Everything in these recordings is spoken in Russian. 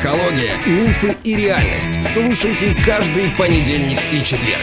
Психология, мифы и реальность. Слушайте каждый понедельник и четверг.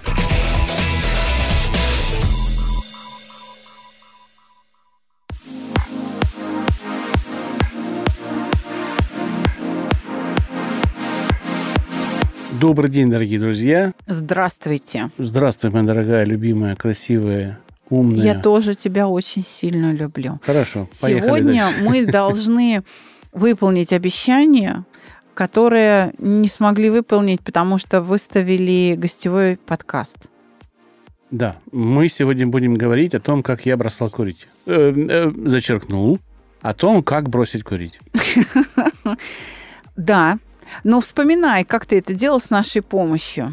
Добрый день, дорогие друзья. Здравствуйте. Здравствуй, моя дорогая, любимая, красивая, умная. Я тоже тебя очень сильно люблю. Хорошо, поехали Сегодня дальше. мы должны выполнить обещание, которое не смогли выполнить, потому что выставили гостевой подкаст. Да, мы сегодня будем говорить о том, как я бросал курить. Зачеркнул. О том, как бросить курить. Да, но вспоминай, как ты это делал с нашей помощью.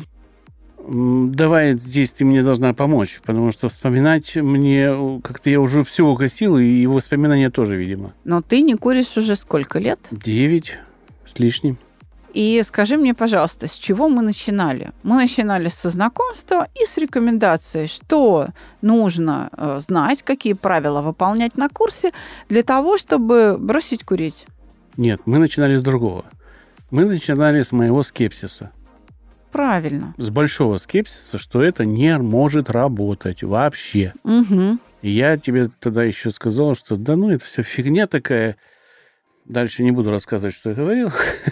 Давай здесь ты мне должна помочь, потому что вспоминать мне, как-то я уже все угостил, и его воспоминания тоже, видимо. Но ты не куришь уже сколько лет? 9 с лишним. И скажи мне, пожалуйста, с чего мы начинали? Мы начинали со знакомства и с рекомендацией, что нужно знать, какие правила выполнять на курсе для того, чтобы бросить курить. Нет, мы начинали с другого. Мы начинали с моего скепсиса. Правильно. С большого скепсиса, что это не может работать вообще. Угу. И я тебе тогда еще сказал, что да ну, это все фигня такая. Дальше не буду рассказывать, что я говорил.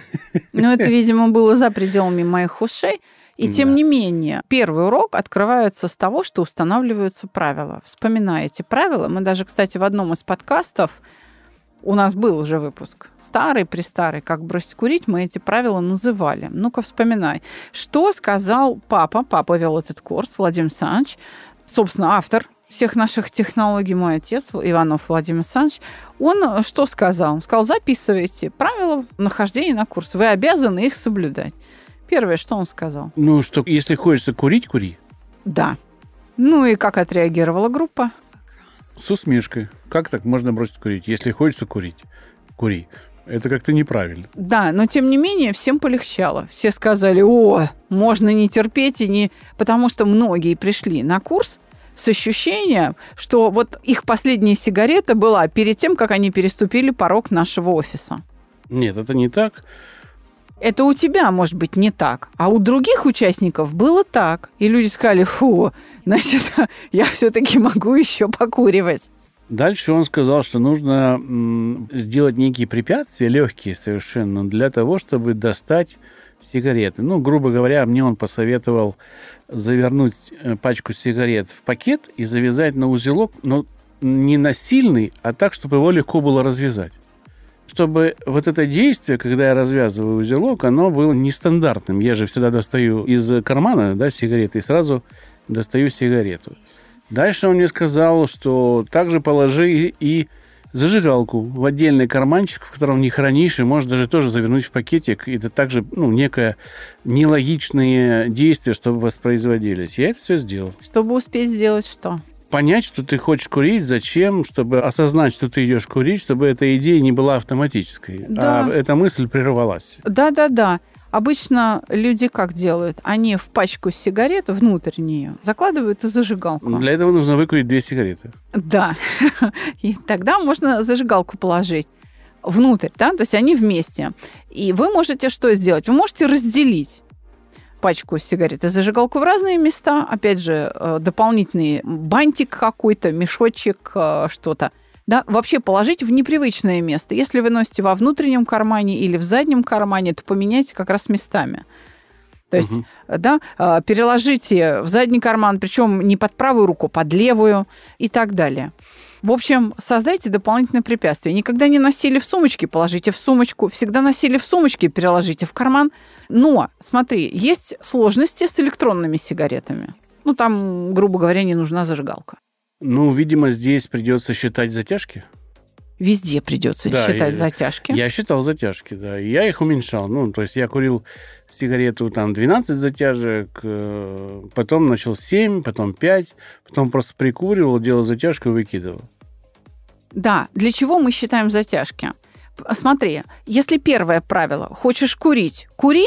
Но это, видимо, было за пределами моих ушей. И тем не менее, первый урок открывается с того, что устанавливаются правила. Вспоминая эти правила, мы даже, кстати, в одном из подкастов, у нас был уже выпуск старый-престарый, как бросить курить, мы эти правила называли. Ну-ка, вспоминай. Что сказал папа? Папа вел этот курс, Владимир Александрович, собственно, автор всех наших технологий, мой отец, Иванов Владимир Александрович. Он что сказал? Он сказал, записывайте правила нахождения на курс. Вы обязаны их соблюдать. Первое, что он сказал? Ну, что если хочется курить, кури. Да. Ну и как отреагировала группа? С усмешкой. Как так можно бросить курить? Если хочется курить, кури. Это как-то неправильно. Да, но тем не менее всем полегчало. Все сказали, о, можно не терпеть, и не... потому что многие пришли на курс с ощущением, что вот их последняя сигарета была перед тем, как они переступили порог нашего офиса. Нет, это не так. Это у тебя, может быть, не так. А у других участников было так. И люди сказали, фу, значит, я все-таки могу еще покуривать. Дальше он сказал, что нужно сделать некие препятствия, легкие совершенно, для того, чтобы достать сигареты. Ну, грубо говоря, мне он посоветовал завернуть пачку сигарет в пакет и завязать на узелок, но не на сильный, а так, чтобы его легко было развязать. Чтобы вот это действие, когда я развязываю узелок, оно было нестандартным. Я же всегда достаю из кармана, да, сигареты и сразу достаю сигарету. Дальше он мне сказал, что также положи и зажигалку в отдельный карманчик, в котором не хранишь, и можешь даже тоже завернуть в пакетик. Это также некое нелогичное действие, чтобы воспроизводились. Я это все сделал. Чтобы успеть сделать что? Понять, что ты хочешь курить, зачем, чтобы осознать, что ты идешь курить, чтобы эта идея не была автоматической, да. А эта мысль прервалась. Да. Обычно люди как делают? Они в пачку сигарет внутреннюю закладывают и зажигалку. Для этого нужно выкурить 2 сигареты. Да. И тогда можно зажигалку положить внутрь, да? То есть они вместе. И вы можете что сделать? Вы можете разделить пачку сигарет и зажигалку в разные места. Опять же, дополнительный бантик какой-то, мешочек, что-то. Да, вообще положить в непривычное место. Если вы носите во внутреннем кармане или в заднем кармане, то поменяйте как раз местами. То есть, да, переложите в задний карман, причем не под правую руку, под левую и так далее. В общем, создайте дополнительное препятствие. Никогда не носили в сумочке, положите в сумочку. Всегда носили в сумочке, переложите в карман. Но, смотри, есть сложности с электронными сигаретами. Ну, там, грубо говоря, не нужна зажигалка. Ну, видимо, здесь придется считать затяжки. Везде придется считать затяжки. Я считал затяжки, да. И я их уменьшал. Ну, то есть я курил сигарету там 12 затяжек, потом начал 7, потом 5, потом просто прикуривал, делал затяжку и выкидывал. Да. Для чего мы считаем затяжки? Смотри, если первое правило – хочешь курить – кури,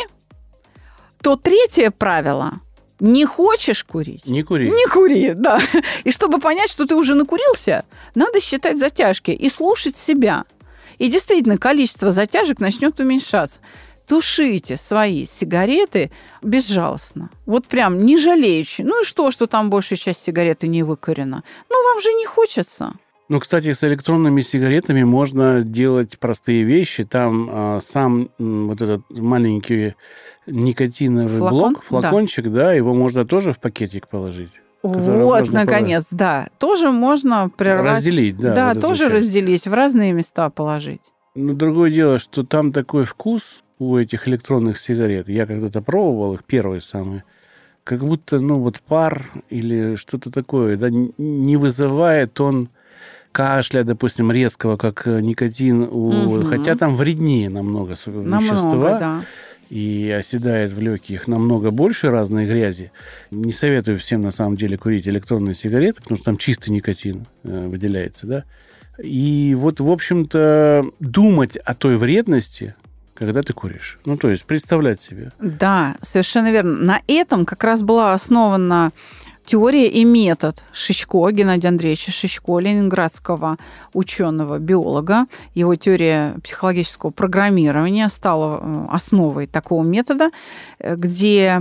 то третье правило – не хочешь курить? Не кури. Не кури, да. И чтобы понять, что ты уже накурился, надо считать затяжки и слушать себя. И действительно, количество затяжек начнет уменьшаться. Тушите свои сигареты безжалостно. Вот прям не жалеючи. Ну и что там большая часть сигареты не выкурена? Ну, вам же не хочется. Ну, кстати, с электронными сигаретами можно делать простые вещи. Там сам вот этот маленький никотиновый флакончик, да, его можно тоже в пакетик положить. Вот, наконец, да. Тоже можно прервать. Разделить, да. Да, вот тоже разделить, в разные места положить. Но другое дело, что там такой вкус у этих электронных сигарет. Я когда-то пробовал их, первые самые. Как будто, пар или что-то такое, да, не вызывает он кашля, допустим, резкого, как никотин. Хотя там вреднее намного вещества. Да. И оседает в легких намного больше разной грязи. Не советую всем, на самом деле, курить электронные сигареты, потому что там чистый никотин выделяется, да. И вот, в общем-то, думать о той вредности, когда ты куришь. Ну, то есть представлять себе. Да, совершенно верно. На этом как раз была основана теория и метод Шичко, Геннадия Андреевича Шичко, ленинградского ученого-биолога. Его теория психологического программирования стала основой такого метода, где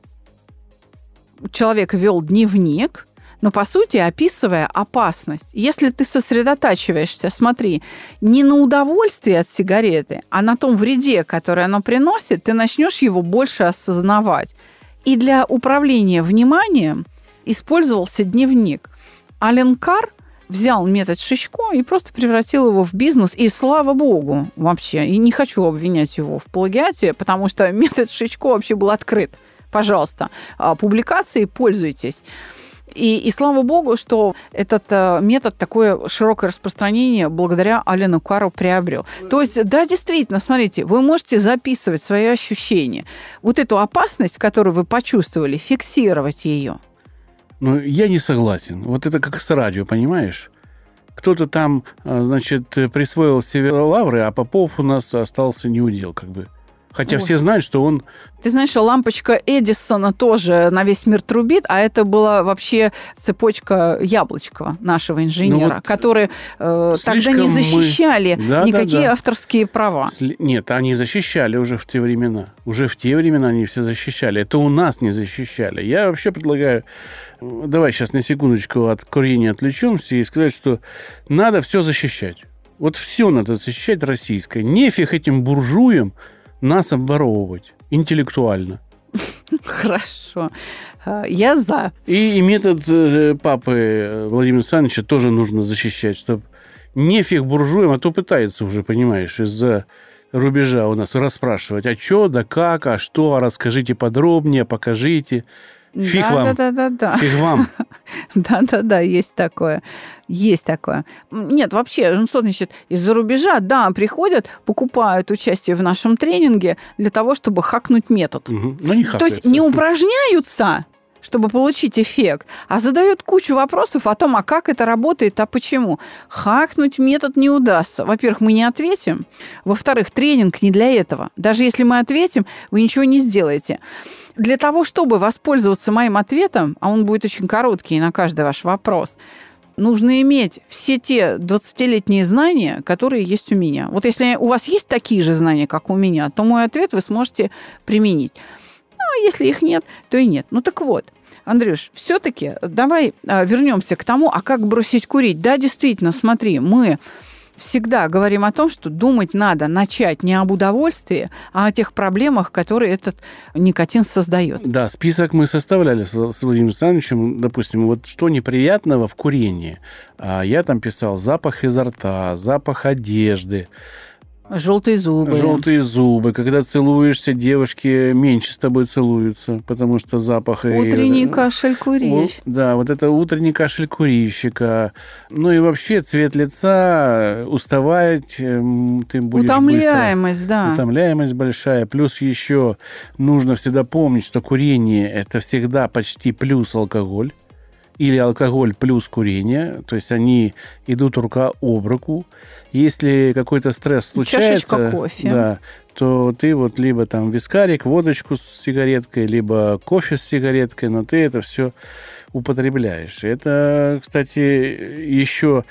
человек вел дневник, но, по сути, описывая опасность. Если ты сосредотачиваешься, смотри, не на удовольствии от сигареты, а на том вреде, который она приносит, ты начнешь его больше осознавать. И для управления вниманием использовался дневник. Ален Карр взял метод Шичко и просто превратил его в бизнес. И слава богу вообще. И не хочу обвинять его в плагиате, потому что метод Шичко вообще был открыт. Пожалуйста, публикации пользуйтесь. И слава богу, что этот метод такое широкое распространение благодаря Алену Карру приобрел. То есть, да, действительно, смотрите, вы можете записывать свои ощущения. Вот эту опасность, которую вы почувствовали, фиксировать ее. Ну, я не согласен. Вот это как с радио, понимаешь? Кто-то там, значит, присвоил себе лавры, а Попов у нас остался неудел, как бы. Хотя все знают, что он... Ты знаешь, лампочка Эдисона тоже на весь мир трубит, а это была вообще цепочка Яблочкова, нашего инженера, которые тогда не защищали никакие авторские права. Нет, они защищали уже в те времена. Уже в те времена они все защищали. Это у нас не защищали. Я вообще предлагаю... Давай сейчас на секундочку от курения отвлечемся и сказать, что надо все защищать. Вот все надо защищать российское. Нефиг этим буржуям нас обворовывать интеллектуально. Хорошо. Я за. И метод папы Владимира Александровича тоже нужно защищать, чтобы нефиг буржуям, а то пытается уже, понимаешь, из-за рубежа у нас расспрашивать, а что, да как, а что, а расскажите подробнее, покажите. Фиг вам. Да. Фиг вам. Да, есть такое. Есть такое. Нет, вообще, что значит, из-за рубежа, да, приходят, покупают участие в нашем тренинге для того, чтобы хакнуть метод. Но не хакаются. То есть не упражняются, чтобы получить эффект, а задают кучу вопросов о том, а как это работает, а почему. Хакнуть метод не удастся. Во-первых, мы не ответим. Во-вторых, тренинг не для этого. Даже если мы ответим, вы ничего не сделаете. Для того, чтобы воспользоваться моим ответом, а он будет очень короткий на каждый ваш вопрос, нужно иметь все те 20-летние знания, которые есть у меня. Вот если у вас есть такие же знания, как у меня, то мой ответ вы сможете применить. Ну, а если их нет, то и нет. Ну, так вот, Андрюш, все-таки давай вернемся к тому, а как бросить курить. Да, действительно, смотри, мы всегда говорим о том, что думать надо начать не об удовольствии, а о тех проблемах, которые этот никотин создает. Да, список мы составляли с Владимиром Александровичем. Допустим, вот что неприятного в курении. Я там писал запах изо рта, запах одежды. Желтые зубы. Когда целуешься, девушки меньше с тобой целуются, потому что запах... Утренний кашель курильщика. Да, вот это утренний кашель курильщика. Ну и вообще цвет лица, уставать ты будешь Утомляемость, быстро. да. Утомляемость большая. Плюс еще нужно всегда помнить, что курение – это всегда почти плюс алкоголь. Или алкоголь плюс курение, то есть они идут рука об руку. Если какой-то стресс случается, чашечка кофе, да, то ты вот либо там вискарик, водочку с сигареткой, либо кофе с сигареткой, но ты это все употребляешь. Это, кстати, еще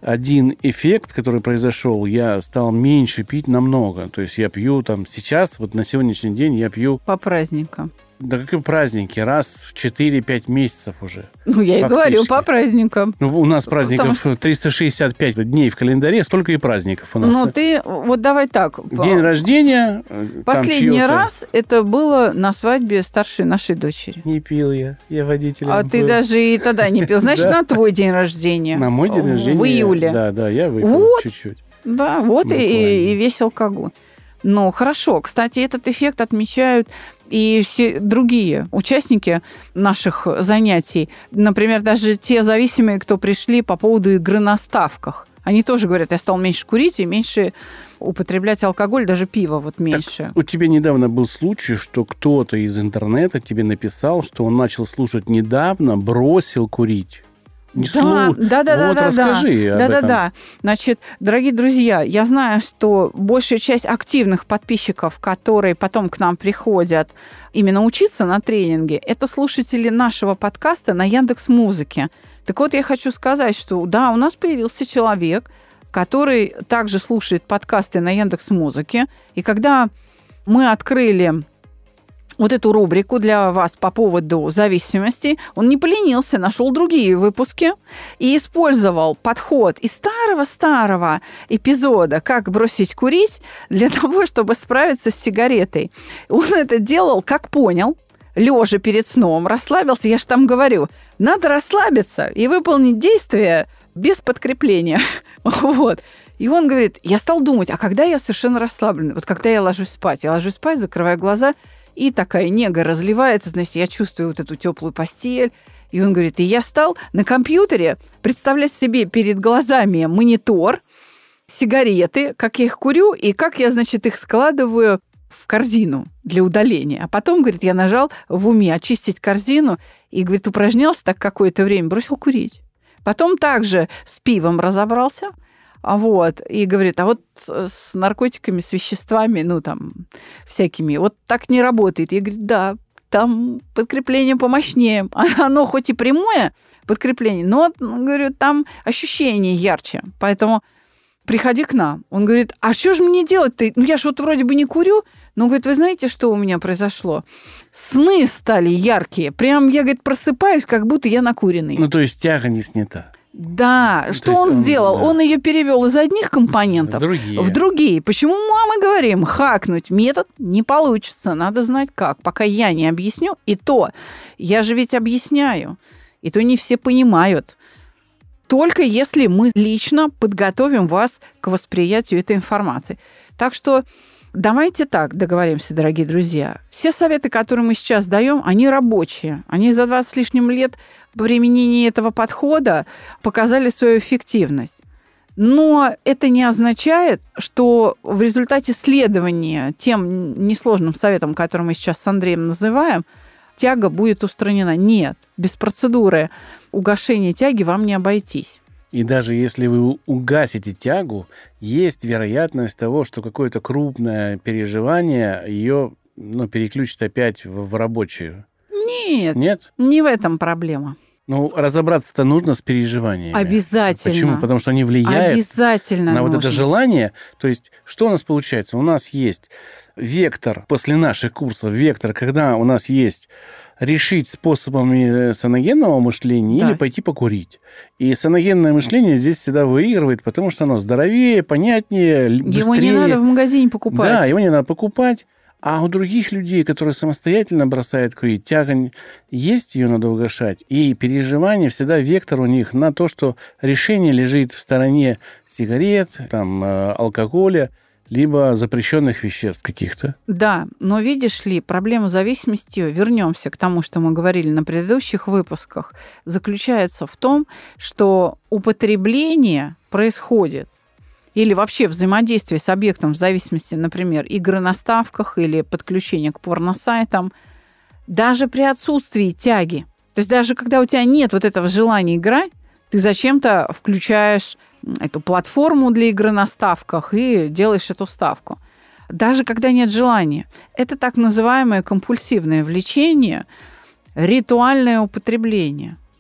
один эффект, который произошел, я стал меньше пить намного. То есть я пью там сейчас, вот на сегодняшний день я пью... По праздникам. Да какие праздники? Раз в 4-5 месяцев уже. Ну, я и говорю, по праздникам. Ну, у нас праздников 365 дней в календаре, столько и праздников у нас. Ну, ты, вот давай так. День рождения. Последний раз это было на свадьбе старшей нашей дочери. Не пил я водителем А был. ты даже и тогда не пил. Значит, на твой день рождения. На мой день рождения. В июле. Да, я выпил Вот. чуть-чуть. Да, вот и весь алкоголь. Ну, хорошо. Кстати, этот эффект отмечают и все другие участники наших занятий. Например, даже те зависимые, кто пришли по поводу игры на ставках. Они тоже говорят, я стал меньше курить и меньше употреблять алкоголь, даже пиво вот меньше. Так, у тебя недавно был случай, что кто-то из интернета тебе написал, что он начал слушать недавно, бросил курить. Расскажи об этом. Да. Значит, дорогие друзья, я знаю, что большая часть активных подписчиков, которые потом к нам приходят именно учиться на тренинге, это слушатели нашего подкаста на Яндекс.Музыке. Так вот, я хочу сказать, что да, у нас появился человек, который также слушает подкасты на Яндекс.Музыке. И когда мы открыли вот эту рубрику для вас по поводу зависимости, он не поленился, нашел другие выпуски и использовал подход из старого-старого эпизода «Как бросить курить» для того, чтобы справиться с сигаретой. Он это делал, как понял, лежа перед сном, расслабился. Я же там говорю, надо расслабиться и выполнить действие без подкрепления. Вот. И он говорит, я стал думать, а когда я совершенно расслабленный? Вот когда я ложусь спать, закрываю глаза, и такая нега разливается, значит, я чувствую вот эту теплую постель. И он говорит, и я стал на компьютере представлять себе перед глазами монитор, сигареты, как я их курю, и как я, значит, их складываю в корзину для удаления. А потом, говорит, я нажал в уме очистить корзину, и, говорит, упражнялся так какое-то время, бросил курить. Потом также с пивом разобрался, вот, и говорит, а вот с наркотиками, с веществами, ну, там, всякими, вот так не работает. Я говорю, да, там подкрепление помощнее. Оно хоть и прямое подкрепление, но, говорю, там ощущение ярче. Поэтому приходи к нам. Он говорит, а что же мне делать-то? Ну, я же вот вроде бы не курю, но, говорит, вы знаете, что у меня произошло? Сны стали яркие. Прям я, говорит, просыпаюсь, как будто я накуренный. Ну, то есть тяга не снята. Да, что он сделал? Да. Он ее перевел из одних компонентов в другие. Почему мы говорим, хакнуть метод не получится, надо знать как. Пока я не объясню, и то, я же ведь объясняю, и то не все понимают. Только если мы лично подготовим вас к восприятию этой информации. Так что давайте так договоримся, дорогие друзья. Все советы, которые мы сейчас даем, они рабочие. Они за 20 с лишним лет применения этого подхода показали свою эффективность. Но это не означает, что в результате следования тем несложным советам, которые мы сейчас с Андреем называем, тяга будет устранена. Нет, без процедуры угошения тяги вам не обойтись. И даже если вы угасите тягу, есть вероятность того, что какое-то крупное переживание ее переключит опять в рабочую. Нет, не в этом проблема. Ну, разобраться-то нужно с переживаниями. Обязательно. Почему? Потому что они влияют на вот это желание. То есть, что у нас получается? У нас есть вектор, после наших курсов, вектор, когда у нас есть решить способами саногенного мышления или пойти покурить. И саногенное мышление здесь всегда выигрывает, потому что оно здоровее, понятнее, быстрее. Его не надо в магазине покупать. Да, его не надо покупать. А у других людей, которые самостоятельно бросают курить, тяга есть, ее надо угашать. И переживание, всегда вектор у них на то, что решение лежит в стороне сигарет, там, алкоголя, либо запрещенных веществ каких-то. Да, но видишь ли, проблема зависимости, вернемся к тому, что мы говорили на предыдущих выпусках, заключается в том, что употребление происходит или вообще взаимодействие с объектом в зависимости, например, игры на ставках или подключение к порносайтам, даже при отсутствии тяги. То есть даже когда у тебя нет вот этого желания играть, ты зачем-то включаешь эту платформу для игры на ставках и делаешь эту ставку. Даже когда нет желания. Это так называемое компульсивное влечение, ритуальное употребление.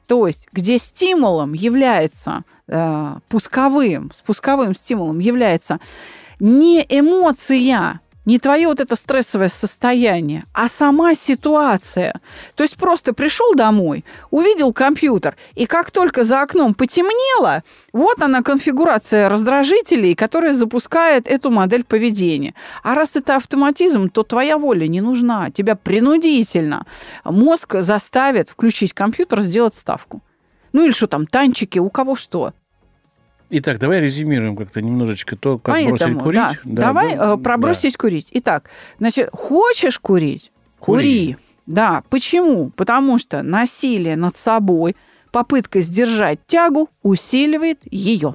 То есть, где стимулом является, спусковым стимулом является не эмоция, не твое вот это стрессовое состояние, а сама ситуация. То есть просто пришел домой, увидел компьютер, и как только за окном потемнело, вот она конфигурация раздражителей, которая запускает эту модель поведения. А раз это автоматизм, то твоя воля не нужна. Тебя принудительно мозг заставит включить компьютер, сделать ставку. Ну или что там, танчики, у кого что. Итак, давай резюмируем как-то немножечко то, как бросить курить. Да. Давай пробросить курить. Итак, значит, хочешь курить? Кури. Да. Почему? Потому что насилие над собой, попытка сдержать тягу усиливает ее.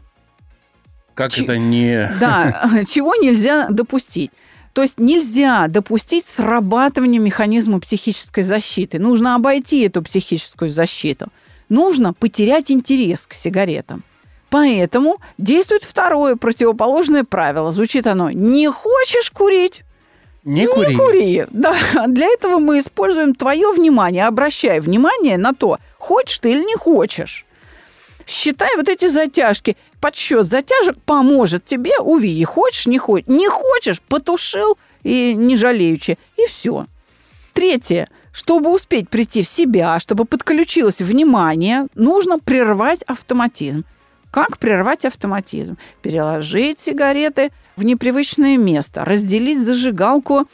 Как это не... Да, чего нельзя допустить. То есть нельзя допустить срабатывание механизма психической защиты. Нужно обойти эту психическую защиту. Нужно потерять интерес к сигаретам. Поэтому действует второе противоположное правило. Звучит оно: не хочешь курить? Не кури. Да. Для этого мы используем твое внимание, обращай внимание на то, хочешь ты или не хочешь. Считай вот эти затяжки. Подсчет затяжек поможет тебе увидеть, хочешь, не хочешь. Не хочешь, потушил и не жалеючи. И все. Третье. Чтобы успеть прийти в себя, чтобы подключилось внимание, нужно прервать автоматизм. Как прервать автоматизм? Переложить сигареты в непривычное место, разделить зажигалку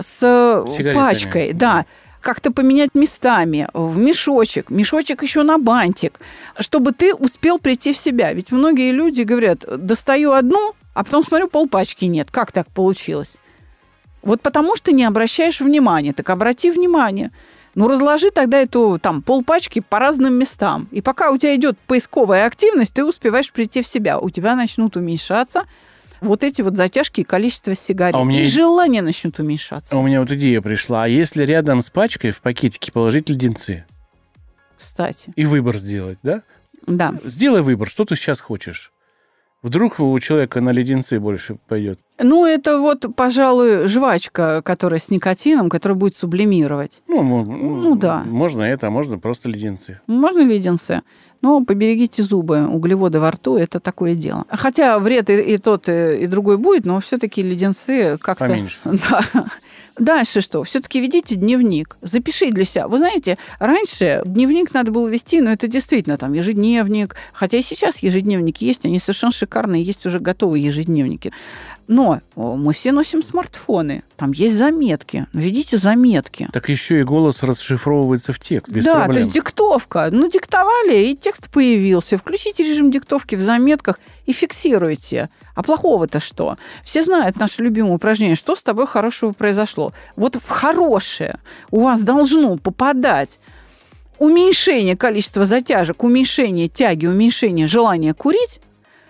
с пачкой. Да. Как-то поменять местами в мешочек еще на бантик, чтобы ты успел прийти в себя. Ведь многие люди говорят: достаю одну, а потом смотрю, полпачки нет. Как так получилось? Вот потому что не обращаешь внимания. Так обрати внимание. Ну, разложи тогда эту полпачки по разным местам. И пока у тебя идет поисковая активность, ты успеваешь прийти в себя. У тебя начнут уменьшаться вот эти вот затяжки и количество сигарет. И желания начнут уменьшаться. У меня вот идея пришла. А если рядом с пачкой в пакетике положить леденцы? Кстати. И выбор сделать, да? Да. Сделай выбор, что ты сейчас хочешь. Вдруг у человека на леденцы больше пойдет. Ну, это вот, пожалуй, жвачка, которая с никотином, которая будет сублимировать. Ну да. Можно это, а можно просто леденцы. Можно леденцы. Но поберегите зубы. Углеводы во рту – это такое дело. Хотя вред и тот, и другой будет, но все-таки леденцы как-то... Поменьше. Да. Дальше что? Все-таки ведите дневник. Запиши для себя. Вы знаете, раньше дневник надо было вести, но это действительно ежедневник. Хотя и сейчас ежедневники есть, они совершенно шикарные, есть уже готовые ежедневники. Но мы все носим смартфоны. Там есть заметки. Ведите заметки. Так еще и голос расшифровывается в текст, без проблем. То есть диктовка. Надиктовали, и текст появился. Включите режим диктовки в заметках и фиксируйте. А плохого-то что? Все знают наше любимое упражнение. Что с тобой хорошего произошло? Вот в хорошее у вас должно попадать уменьшение количества затяжек, уменьшение тяги, уменьшение желания курить.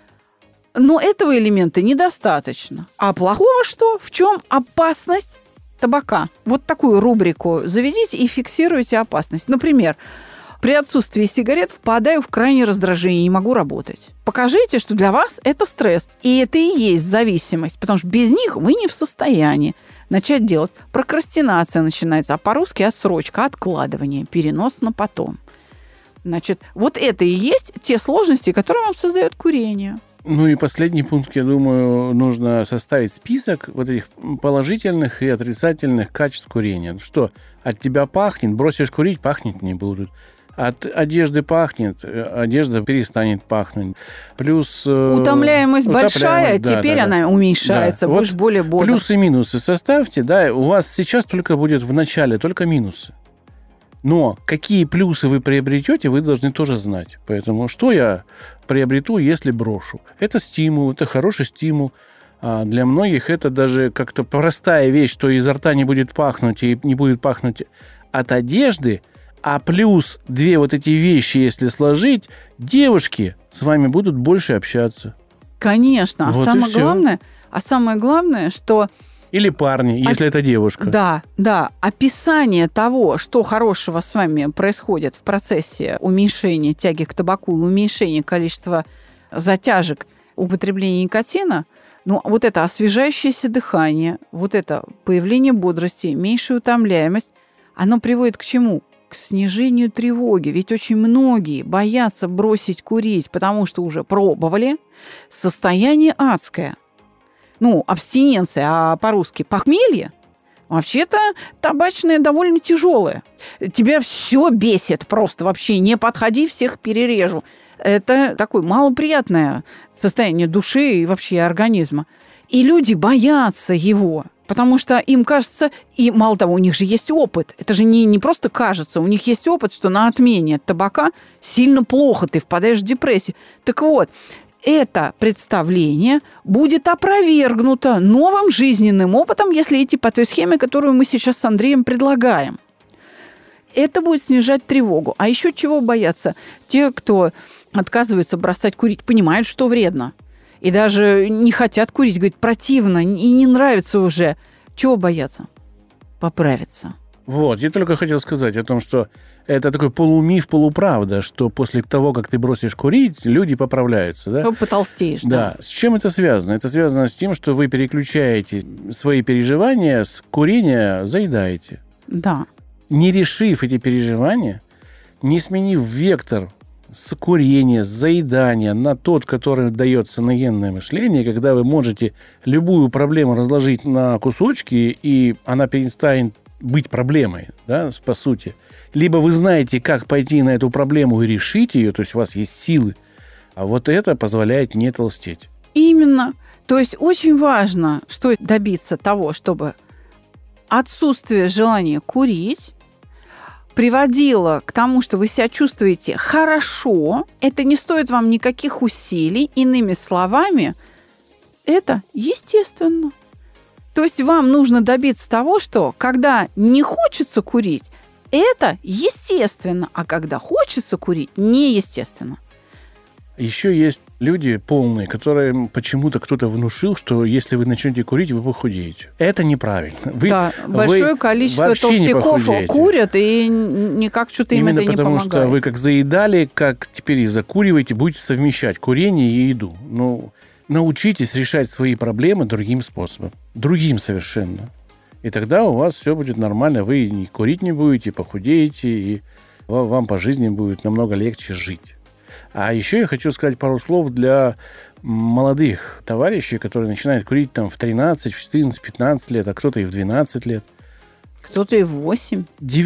Но этого элемента недостаточно. А плохого что? В чем опасность табака? Вот такую рубрику заведите и фиксируйте опасность. Например, при отсутствии сигарет впадаю в крайнее раздражение, не могу работать. Покажите, что для вас это стресс. И это и есть зависимость, потому что без них вы не в состоянии начать делать. Прокрастинация начинается, а по-русски отсрочка, откладывание, перенос на потом. Значит, вот это и есть те сложности, которые вам создает курение. Ну и последний пункт, я думаю, нужно составить список вот этих положительных и отрицательных качеств курения. Что от тебя пахнет, бросишь курить, пахнет не будут. От одежды пахнет, одежда перестанет пахнуть. Плюс... Утомляемость большая, теперь она уменьшается, будешь более бодр. Плюсы и минусы составьте, да, у вас сейчас только будет в начале только минусы. Но какие плюсы вы приобретете, вы должны тоже знать. Поэтому что я приобрету, если брошу? Это стимул, это хороший стимул. А для многих это даже как-то простая вещь, что изо рта не будет пахнуть и не будет пахнуть от одежды. А плюс две вот эти вещи, если сложить, девушки с вами будут больше общаться. Конечно. Вот самое главное, что... Или парни, если это девушка. Да. Описание того, что хорошего с вами происходит в процессе уменьшения тяги к табаку и уменьшения количества затяжек употребления никотина, вот это освежающееся дыхание, вот это появление бодрости, меньшая утомляемость, оно приводит к чему? к снижению тревоги. Ведь очень многие боятся бросить курить, потому что уже пробовали. Состояние адское. Абстиненция, а по-русски похмелье. Вообще-то табачное довольно тяжелое. Тебя все бесит просто вообще. Не подходи, всех перережу. Это такое малоприятное состояние души и вообще организма. И люди боятся его, потому что им кажется, и мало того, у них же есть опыт. Это же не просто кажется, у них есть опыт, что на отмене от табака сильно плохо, ты впадаешь в депрессию. Так вот, это представление будет опровергнуто новым жизненным опытом, если идти по той схеме, которую мы сейчас с Андреем предлагаем. Это будет снижать тревогу. А еще чего боятся? Те, кто отказываются бросать курить, понимают, что вредно. И даже не хотят курить, говорят, противно, и не нравится уже. Чего боятся? Поправиться. Вот, я только хотел сказать о том, что это такой полумиф, полуправда, что после того, как ты бросишь курить, люди поправляются, да? Потолстеешь, да. Да. С чем это связано? Это связано с тем, что вы переключаете свои переживания с курения, заедаете. Да. Не решив эти переживания, не сменив вектор с курения, с заедания на тот, который дает саногенное мышление, когда вы можете любую проблему разложить на кусочки, и она перестанет быть проблемой, да, по сути. Либо вы знаете, как пойти на эту проблему и решить ее, то есть у вас есть силы, а вот это позволяет не толстеть. Именно. То есть очень важно, что добиться того, чтобы отсутствие желания курить приводило к тому, что вы себя чувствуете хорошо, это не стоит вам никаких усилий, иными словами, это естественно. То есть вам нужно добиться того, что когда не хочется курить, это естественно, а когда хочется курить, неестественно. Еще есть люди полные, которые почему-то кто-то внушил, что если вы начнете курить, вы похудеете. Это неправильно. Большое количество толстяков курят, и никак что-то им это не помогает. Именно потому, что вы как заедали, как теперь и закуриваете, будете совмещать курение и еду. Научитесь решать свои проблемы другим способом. Другим совершенно. И тогда у вас все будет нормально. Вы и курить не будете, похудеете, и вам по жизни будет намного легче жить. А еще я хочу сказать пару слов для молодых товарищей, которые начинают курить там в 13, в 14, 15 лет, а кто-то и в 12 лет. Кто-то и в 8.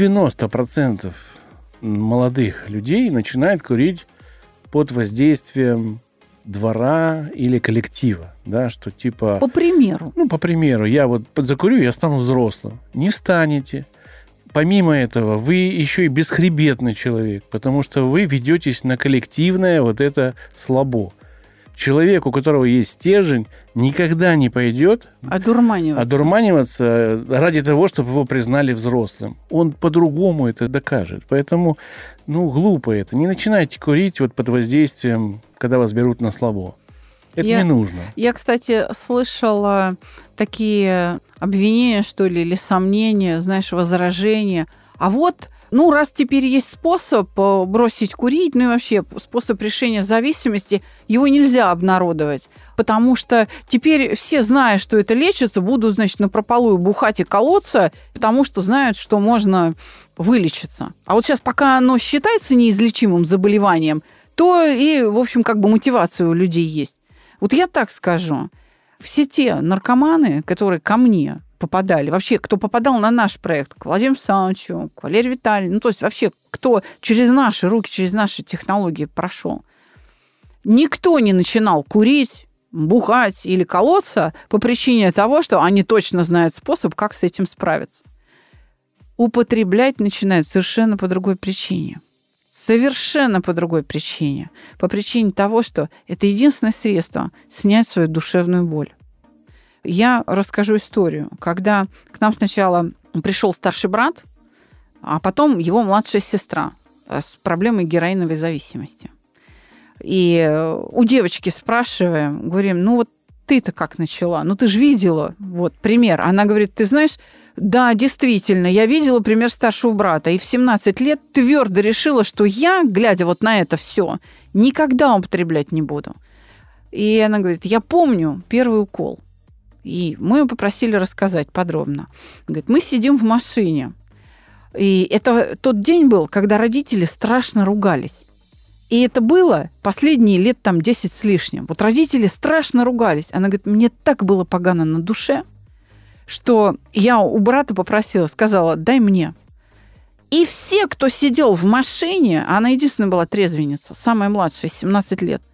90% молодых людей начинают курить под воздействием двора или коллектива, да, что типа... По примеру. По примеру, я вот закурю, я стану взрослым. Не встанете. Помимо этого, вы еще и бесхребетный человек, потому что вы ведетесь на коллективное вот это слабо. Человек, у которого есть стержень, никогда не пойдет одурманиваться ради того, чтобы его признали взрослым. Он по-другому это докажет. Поэтому, глупо это. Не начинайте курить вот под воздействием, когда вас берут на слабо. Это не нужно. Я, кстати, слышала такие обвинения, что ли, или сомнения, возражения. А вот, раз теперь есть способ бросить курить, и вообще способ решения зависимости, его нельзя обнародовать, потому что теперь все, зная, что это лечится, будут, напропалую бухать и колоться, потому что знают, что можно вылечиться. А вот сейчас, пока оно считается неизлечимым заболеванием, то и, в общем, мотивация у людей есть. Вот я так скажу. Все те наркоманы, которые ко мне попадали, вообще, кто попадал на наш проект, к Владимиру Александровичу, к Валерию Витальевну, то есть вообще, кто через наши руки, через наши технологии прошел, никто не начинал курить, бухать или колоться по причине того, что они точно знают способ, как с этим справиться. Употреблять начинают совершенно по другой причине. Совершенно по другой причине. По причине того, что это единственное средство снять свою душевную боль. Я расскажу историю. Когда к нам сначала пришел старший брат, а потом его младшая сестра с проблемой героиновой зависимости. И у девочки спрашиваем, говорим, ты-то как начала? Ты же видела, пример. Она говорит, ты знаешь, да, действительно, я видела пример старшего брата, и в 17 лет твердо решила, что я, глядя на это все, никогда употреблять не буду. И она говорит, я помню первый укол. И мы ее попросили рассказать подробно. Говорит, мы сидим в машине. И это тот день был, когда родители страшно ругались. И это было последние лет 10 с лишним. Вот родители страшно ругались. Она говорит, мне так было погано на душе, что я у брата попросила, сказала, дай мне. И все, кто сидел в машине, она единственная была трезвенница, самая младшая, 17 лет,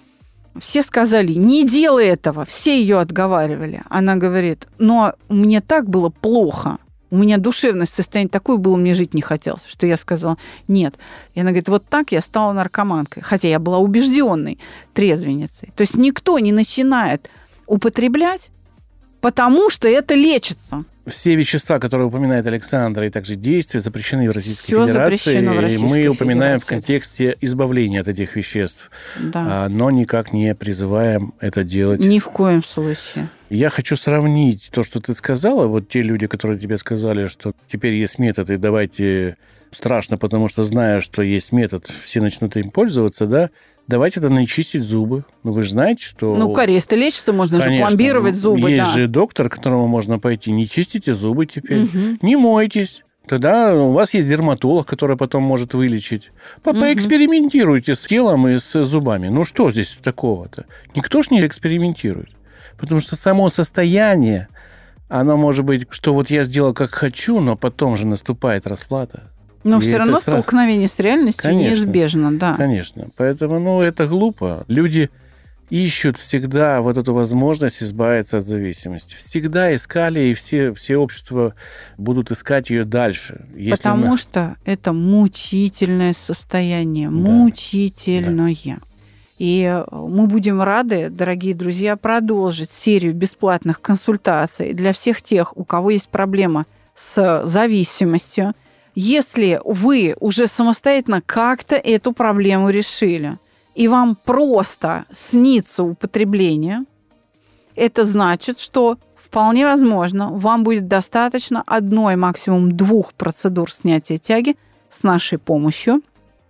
все сказали, не делай этого, все ее отговаривали. Она говорит, но мне так было плохо, у меня душевное состояние такое было, мне жить не хотелось, что я сказала, нет. И она говорит, вот так я стала наркоманкой, хотя я была убежденной трезвенницей. То есть никто не начинает употреблять, потому что это лечится. Все вещества, которые упоминает Александра, и также действия запрещены в Российской Всё Федерации. запрещено в Российской Мы упоминаем Федерации. в контексте избавления от этих веществ, Да. но никак не призываем это делать. Ни в коем случае. Я хочу сравнить то, что ты сказала. Вот те люди, которые тебе сказали, что теперь есть метод, и давайте страшно, потому что зная, что есть метод, все начнут им пользоваться, да? Давайте тогда чистить зубы. Ну, вы же знаете, что... Ну, кариеста лечится, можно Конечно. же пломбировать зубы. Есть да. же доктор, к которому можно пойти. Не чистите зубы теперь. Мгм. Не мойтесь. Тогда у вас есть дерматолог, который потом может вылечить. Мгм. Поэкспериментируйте с телом и с зубами. Ну, что здесь такого-то? Никто ж не экспериментирует. Потому что само состояние, оно может быть, что вот я сделал как хочу, но потом же наступает расплата. Но И все это равно страх. столкновение с реальностью Конечно. неизбежно, да. Конечно. Поэтому, это глупо. Люди ищут всегда вот эту возможность избавиться от зависимости. Всегда искали, и все общества будут искать ее дальше. Если Потому что это мучительное состояние, мучительное. И мы будем рады, дорогие друзья, продолжить серию бесплатных консультаций для всех тех, у кого есть проблема с зависимостью. Если вы уже самостоятельно как-то эту проблему решили, и вам просто снится употребление, это значит, что вполне возможно, вам будет достаточно 1, максимум 2 процедур снятия тяги с нашей помощью.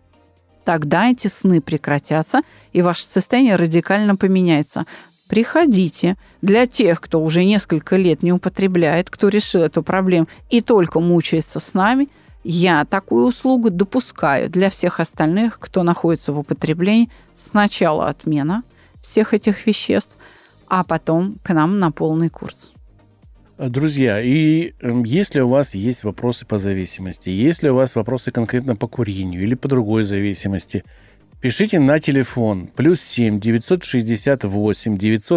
Тогда эти сны прекратятся, и ваше состояние радикально поменяется. Приходите. Для тех, кто уже несколько лет не употребляет, кто решил эту проблему и только мучается с нами, я такую услугу допускаю. Для всех остальных, кто находится в употреблении, сначала отмена всех этих веществ, а потом к нам на полный курс. Друзья, и если у вас есть вопросы по зависимости, если у вас вопросы конкретно по курению или по другой зависимости, пишите на телефон +7 968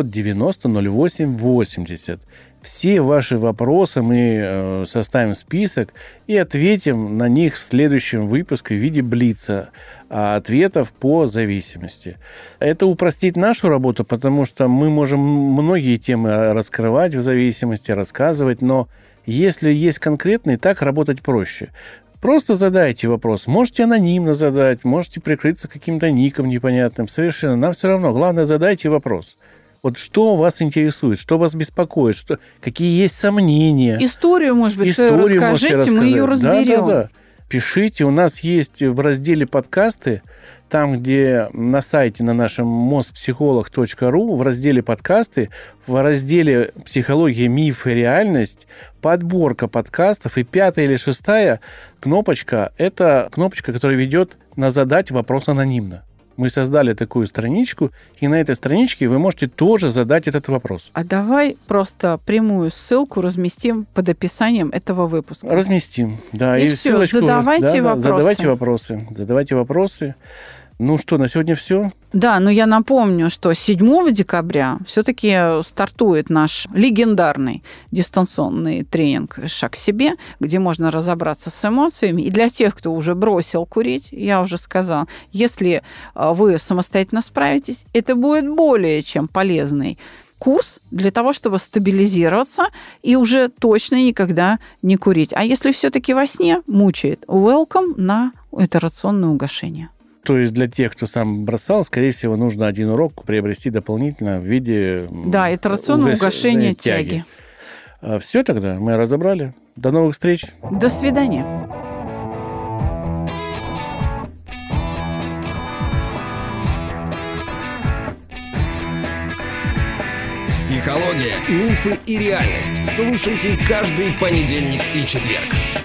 990 08 80. Все ваши вопросы мы составим список и ответим на них в следующем выпуске в виде блица ответов по зависимости. Это упростит нашу работу, потому что мы можем многие темы раскрывать в зависимости, рассказывать, но если есть конкретный, так работать проще. Просто задайте вопрос. Можете анонимно задать, можете прикрыться каким-то ником непонятным. Совершенно. Нам все равно. Главное, задайте вопрос. Вот что вас интересует, что вас беспокоит, какие есть сомнения. Историю, может быть, расскажите, мы ее разберем. Да. Пишите. У нас есть в разделе «Подкасты», там, где на сайте на нашем mozpsycholog.ru, в разделе «Подкасты», в разделе «Психология, миф и реальность» подборка подкастов, и 5-я или 6-я кнопочка – это кнопочка, которая ведет на «Задать вопрос анонимно». Мы создали такую страничку, и на этой страничке вы можете тоже задать этот вопрос. А давай просто прямую ссылку разместим под описанием этого выпуска. Разместим, да. И всё, ссылочку задавайте вопросы. Задавайте вопросы. Ну что, на сегодня все? Да, но я напомню, что 7 декабря все-таки стартует наш легендарный дистанционный тренинг «Шаг к себе», где можно разобраться с эмоциями. И для тех, кто уже бросил курить, я уже сказала, если вы самостоятельно справитесь, это будет более чем полезный курс для того, чтобы стабилизироваться и уже точно никогда не курить. А если все-таки во сне мучает, welcome на итерационное угошение. То есть для тех, кто сам бросал, скорее всего, нужно один урок приобрести дополнительно в виде... Да, итерационное угошение тяги. Все тогда, мы разобрали. До новых встреч. До свидания. Психология, мифы и реальность. Слушайте каждый понедельник и четверг.